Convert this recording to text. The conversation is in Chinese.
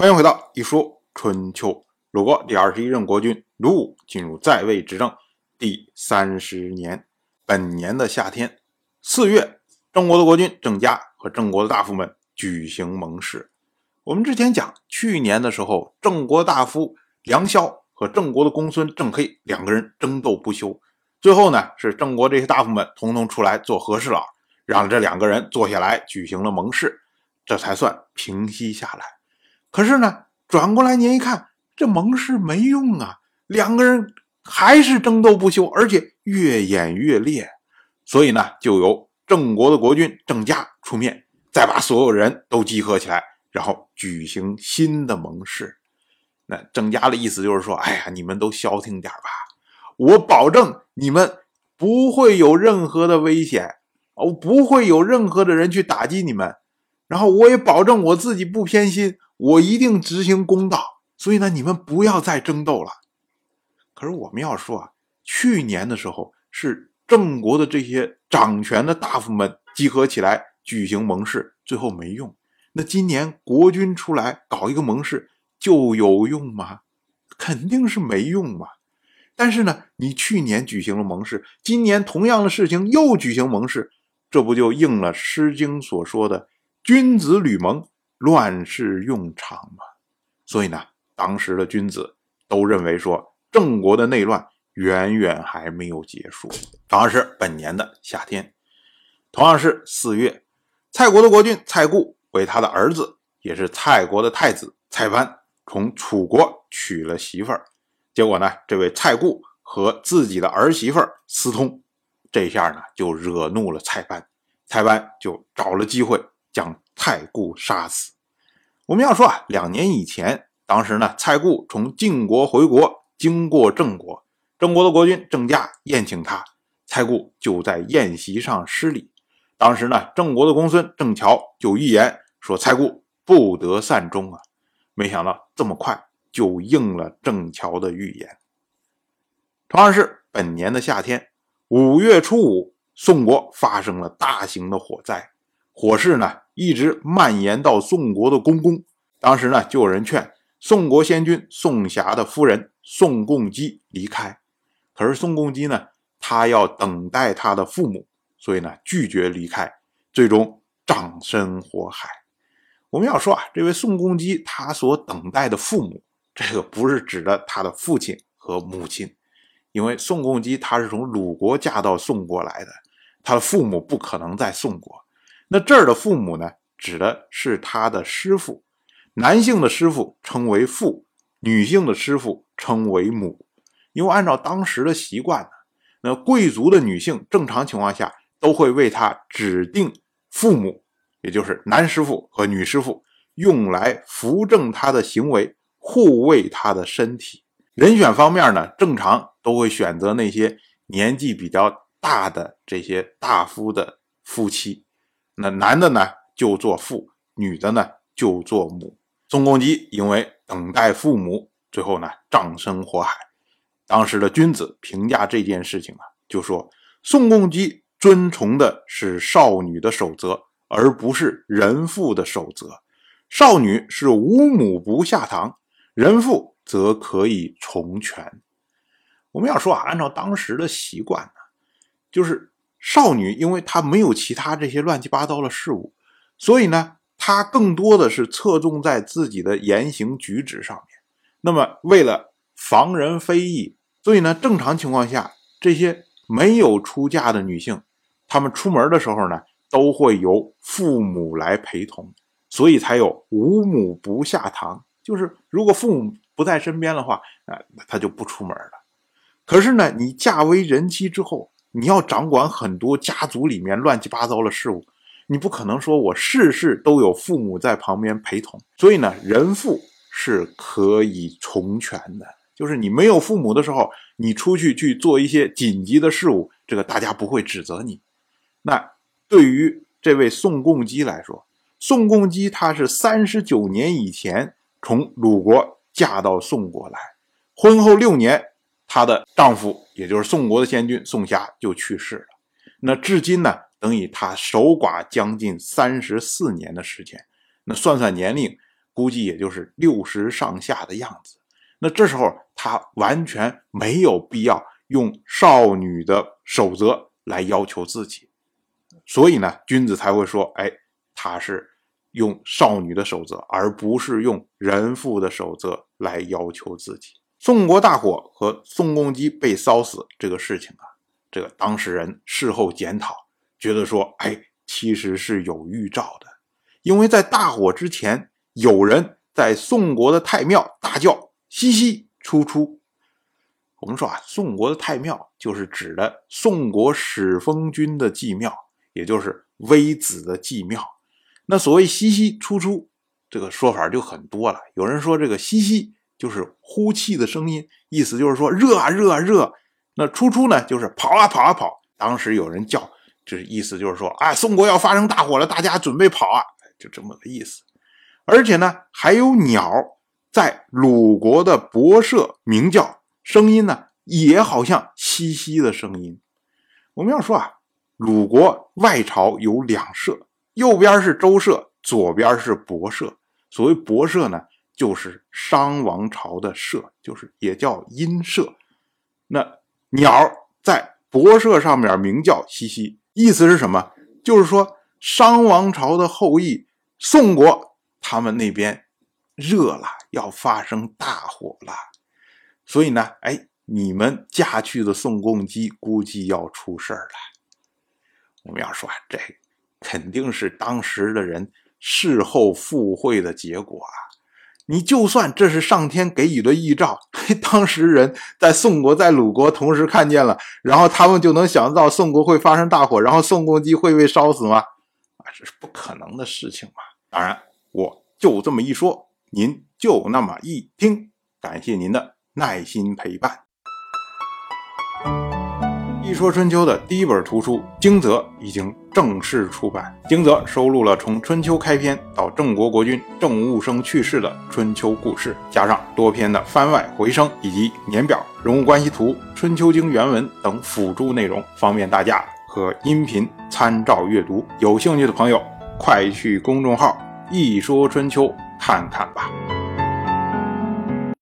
欢迎回到一说春秋。鲁国第21任国君鲁武进入在位执政第30年，本年的夏天4月，郑国的国君郑家和郑国的大夫们举行盟誓。我们之前讲，去年的时候，郑国大夫梁萧和郑国的公孙郑黑两个人争斗不休，最后呢，是郑国这些大夫们统统出来做和事佬，让这两个人坐下来举行了盟誓，这才算平息下来。可是呢，转过来您一看，这盟誓没用啊，两个人还是争斗不休，而且越演越烈。所以呢，就由郑国的国君郑家出面，再把所有人都集合起来，然后举行新的盟誓。那郑家的意思就是说，哎呀，你们都消停点吧，我保证你们不会有任何的危险，不会有任何的人去打击你们，然后我也保证我自己不偏心，我一定执行公道，所以呢，你们不要再争斗了。可是我们要说啊，去年的时候是郑国的这些掌权的大夫们集合起来举行盟誓，最后没用。那今年国君出来搞一个盟誓就有用吗？肯定是没用嘛。但是呢，你去年举行了盟誓，今年同样的事情又举行盟誓，这不就应了《诗经》所说的君子履盟，乱世用常吗？所以呢，当时的君子都认为说，郑国的内乱远远还没有结束。同样是本年的夏天，同样是4月，蔡国的国君蔡固为他的儿子，也是蔡国的太子蔡班，从楚国娶了媳妇儿。结果呢，这位蔡固和自己的儿媳妇私通，这下呢就惹怒了蔡班，蔡班就找了机会将蔡固杀死。我们要说啊，2年以前，当时呢，蔡固从晋国回国，经过郑国，郑国的国君郑家宴请他，蔡固就在宴席上失礼。当时呢，郑国的公孙郑乔就预言说蔡固不得善终啊，没想到这么快就应了郑乔的预言。同样是本年的夏天5月初5，宋国发生了大型的火灾，火势呢一直蔓延到宋国的宫。当时呢，就有人劝宋国先君宋瑕的夫人宋共姬离开，可是宋共姬呢，他要等待他的父母，所以呢拒绝离开，最终葬身火海。我们要说啊，这位宋共姬他所等待的父母，这个不是指的他的父亲和母亲，因为宋共姬他是从鲁国嫁到宋国来的，他的父母不可能在宋国。那这儿的父母呢，指的是他的师父，男性的师父称为父，女性的师父称为母。因为按照当时的习惯呢，那贵族的女性正常情况下都会为他指定父母，也就是男师父和女师父，用来扶正他的行为，护卫他的身体。人选方面呢，正常都会选择那些年纪比较大的这些大夫的夫妻，那男的呢就做父，女的呢就做母。宋共姬因为等待父母，最后呢葬身火海。当时的君子评价这件事情啊，就说宋共姬遵从的是少女的守则，而不是人父的守则。少女是无母不下堂，人父则可以从权。我们要说啊，按照当时的习惯呢，就是少女因为她没有其他这些乱七八糟的事物，所以呢她更多的是侧重在自己的言行举止上面。那么为了防人非议，所以呢正常情况下，这些没有出嫁的女性，她们出门的时候呢都会由父母来陪同，所以才有无母不下堂，就是如果父母不在身边的话，她就不出门了。可是呢，你嫁为人妻之后，你要掌管很多家族里面乱七八糟的事物，你不可能说我事事都有父母在旁边陪同。所以呢，人父是可以从权的，就是你没有父母的时候，你出去做一些紧急的事物，这个大家不会指责你。那对于这位宋共姬来说，宋共姬她是39年以前从鲁国嫁到宋国来，婚后6年，她的丈夫也就是宋国的先君宋瑕就去世了。那至今呢，等于她守寡将近34年的时间，那算算年龄， 估计也就是60上下的样子。那这时候他完全没有必要用少女的守则来要求自己，所以呢，君子才会说，他是用少女的守则，而不是用人父的守则来要求自己。宋国大火和宋公姬被烧死这个事情啊，这个当事人事后检讨，觉得说，其实是有预兆的，因为在大火之前，有人在宋国的太庙大叫西西出出。我们说啊，宋国的太庙就是指的宋国始封君的祭庙，也就是微子的祭庙。那所谓西西出出，这个说法就很多了。有人说这个西西就是呼气的声音，意思就是说热啊热啊热。那出出呢，就是跑啊跑啊跑。当时有人叫，就是意思就是说，宋国要发生大火了，大家准备跑啊，就这么个意思。而且呢，还有鸟在鲁国的伯舍鸣叫，声音呢也好像西西的声音。我们要说啊，鲁国外朝有2舍，右边是周舍，左边是伯舍。所谓伯舍呢，就是商王朝的舍，就是也叫阴舍。那鸟在伯舍上面鸣叫西西，意思是什么？就是说商王朝的后裔宋国他们那边热了，要发生大火了。所以呢，你们嫁去的宋公姬估计要出事儿了。我们要说这肯定是当时的人事后附会的结果啊。你就算这是上天给予的预兆，当时人在宋国在鲁国同时看见了，然后他们就能想到宋国会发生大火，然后宋公姬会被烧死吗？这是不可能的事情嘛。当然我就这么一说，您就那么一听，感谢您的耐心陪伴。一说春秋的第一本图书《惊泽》已经正式出版。《惊泽》收录了从春秋开篇到郑国国君郑务生去世的春秋故事，加上多篇的番外回声以及年表、人物关系图、春秋经原文等辅助内容，方便大家和音频参照阅读。有兴趣的朋友快去公众号一说春秋看看吧。